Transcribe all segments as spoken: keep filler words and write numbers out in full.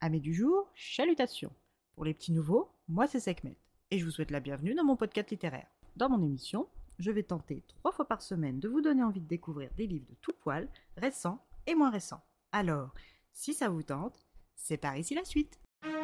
Amis du jour, chalutations. Pour les petits nouveaux, moi c'est Sekhmet et je vous souhaite la bienvenue dans mon podcast littéraire. Dans mon émission, je vais tenter trois fois par semaine de vous donner envie de découvrir des livres de tout poil, récents et moins récents. Alors, si ça vous tente, c'est par ici la suite.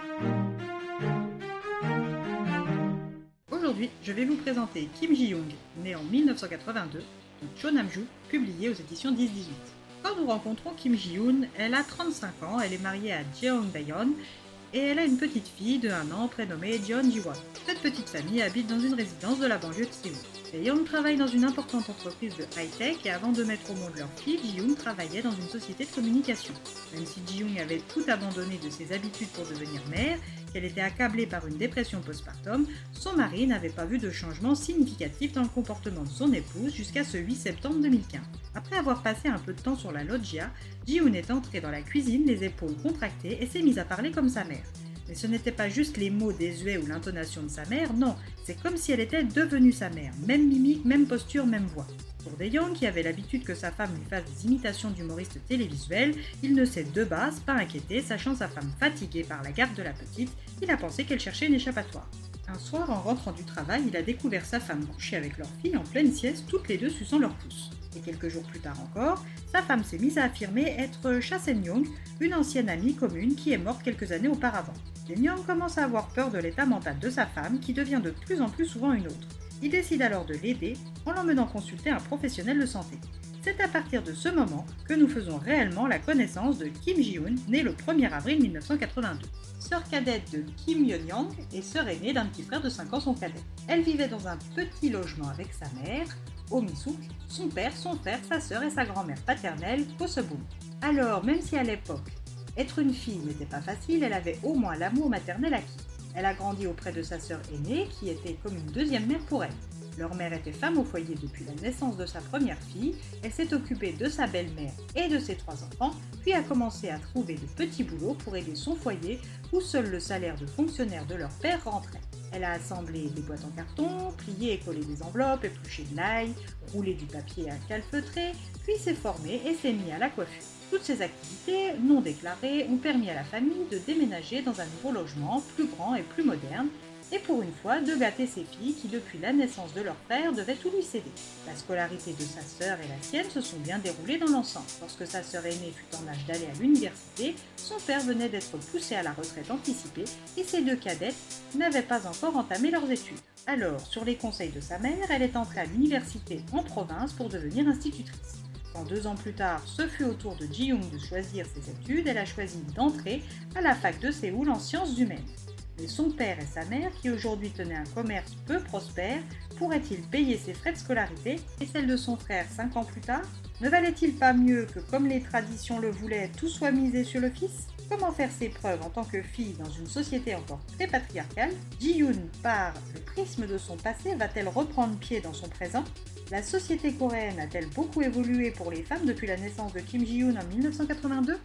Aujourd'hui, je vais vous présenter Kim Ji-young, né en mille neuf cent quatre-vingt-deux, de Cho Nam-ju, publié aux éditions dix dix-huit. Quand nous rencontrons Kim Ji-yoon, elle a trente-cinq ans, elle est mariée à Jeong Dae-yeon et elle a une petite fille de un an prénommée Jeon Ji-won. Cette petite famille habite dans une résidence de la banlieue de Séoul. Dae-yeon travaille dans une importante entreprise de high-tech et avant de mettre au monde leur fille, Ji-yoon travaillait dans une société de communication. Même si Ji-yoon avait tout abandonné de ses habitudes pour devenir mère, qu'elle était accablée par une dépression postpartum, son mari n'avait pas vu de changement significatif dans le comportement de son épouse jusqu'à ce huit septembre deux mille quinze. Après avoir passé un peu de temps sur la loggia, Ji-yoon est entrée dans la cuisine, les épaules contractées, et s'est mise à parler comme sa mère. Mais ce n'était pas juste les mots désuets ou l'intonation de sa mère, non, c'est comme si elle était devenue sa mère, même mimique, même posture, même voix. Pour Dae-yeon, qui avait l'habitude que sa femme lui fasse des imitations d'humoristes télévisuels, il ne s'est de base pas inquiété, sachant sa femme fatiguée par la garde de la petite, il a pensé qu'elle cherchait une échappatoire. Un soir, en rentrant du travail, il a découvert sa femme couchée avec leur fille en pleine sieste, toutes les deux suçant leur pouce. Et quelques jours plus tard encore, sa femme s'est mise à affirmer être Cha Sen-young, une ancienne amie commune qui est morte quelques années auparavant. Dae-yeon commence à avoir peur de l'état mental de sa femme, qui devient de plus en plus souvent une autre. Il décide alors de l'aider en l'emmenant consulter un professionnel de santé. C'est à partir de ce moment que nous faisons réellement la connaissance de Kim Ji-yoon, née le premier avril mille neuf cent quatre-vingt-deux. Sœur cadette de Kim Yeon-yang et sœur aînée d'un petit frère de cinq ans, son cadet. Elle vivait dans un petit logement avec sa mère, Oh Mi-suk, son père, son frère, sa sœur et sa grand-mère paternelle, Ko Se-bum. Alors, même si à l'époque, être une fille n'était pas facile, elle avait au moins l'amour maternel acquis. Elle a grandi auprès de sa sœur aînée, qui était comme une deuxième mère pour elle. Leur mère était femme au foyer depuis la naissance de sa première fille, elle s'est occupée de sa belle-mère et de ses trois enfants, puis a commencé à trouver de petits boulots pour aider son foyer, où seul le salaire de fonctionnaire de leur père rentrait. Elle a assemblé des boîtes en carton, plié et collé des enveloppes, épluché de l'ail, roulé du papier à calfeutrer, puis s'est formée et s'est mise à la coiffure. Toutes ces activités non déclarées ont permis à la famille de déménager dans un nouveau logement plus grand et plus moderne, et pour une fois de gâter ses filles qui depuis la naissance de leur père devaient tout lui céder. La scolarité de sa sœur et la sienne se sont bien déroulées dans l'ensemble. Lorsque sa sœur aînée fut en âge d'aller à l'université, son père venait d'être poussé à la retraite anticipée et ses deux cadettes n'avaient pas encore entamé leurs études. Alors, sur les conseils de sa mère, elle est entrée à l'université en province pour devenir institutrice. Quand deux ans plus tard, ce fut au tour de Ji-young de choisir ses études, elle a choisi d'entrer à la fac de Séoul en sciences humaines. Mais son père et sa mère, qui aujourd'hui tenaient un commerce peu prospère, pourraient-ils payer ses frais de scolarité et celles de son frère cinq ans plus tard? Ne valait-il pas mieux que, comme les traditions le voulaient, tout soit misé sur le fils? Comment faire ses preuves en tant que fille dans une société encore très patriarcale? Ji-yoon, par le prisme de son passé, va-t-elle reprendre pied dans son présent? La société coréenne a-t-elle beaucoup évolué pour les femmes depuis la naissance de Kim Ji-yoon en mille neuf cent quatre-vingt-deux?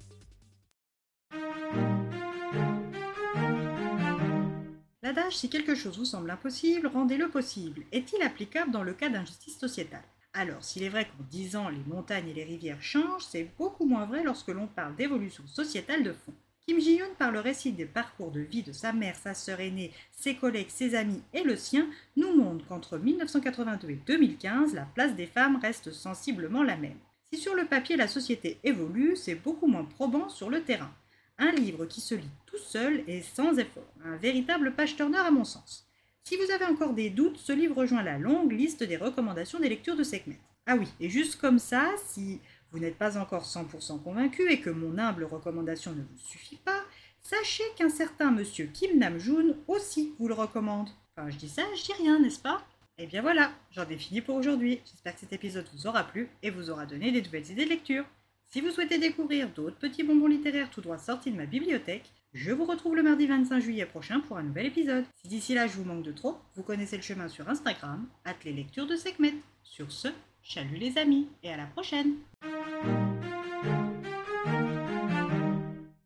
L'adage « si quelque chose vous semble impossible, rendez-le possible » est-il applicable dans le cas d'injustice sociétale? Alors, s'il est vrai qu'en dix ans, les montagnes et les rivières changent, c'est beaucoup moins vrai lorsque l'on parle d'évolution sociétale de fond. Kim Ji-yoon, par le récit des parcours de vie de sa mère, sa sœur aînée, ses collègues, ses amis et le sien, nous montre qu'entre mille neuf cent quatre-vingt-deux et deux mille quinze, la place des femmes reste sensiblement la même. Si sur le papier la société évolue, c'est beaucoup moins probant sur le terrain. Un livre qui se lit tout seul et sans effort, un véritable page-turner à mon sens. Si vous avez encore des doutes, ce livre rejoint la longue liste des recommandations des lectures de Sekhmet. Ah oui, et juste comme ça, si vous n'êtes pas encore cent pour cent convaincu et que mon humble recommandation ne vous suffit pas, sachez qu'un certain monsieur Kim Nam-joon aussi vous le recommande. Quand je dis ça, je dis rien, n'est-ce pas? Et bien voilà, j'en ai fini pour aujourd'hui. J'espère que cet épisode vous aura plu et vous aura donné des nouvelles idées de lecture. Si vous souhaitez découvrir d'autres petits bonbons littéraires tout droit sortis de ma bibliothèque, je vous retrouve le mardi vingt-cinq juillet prochain pour un nouvel épisode. Si d'ici là je vous manque de trop, vous connaissez le chemin sur Instagram, arobase les lectures de Sekhmet. Sur ce, chalut les amis et à la prochaine!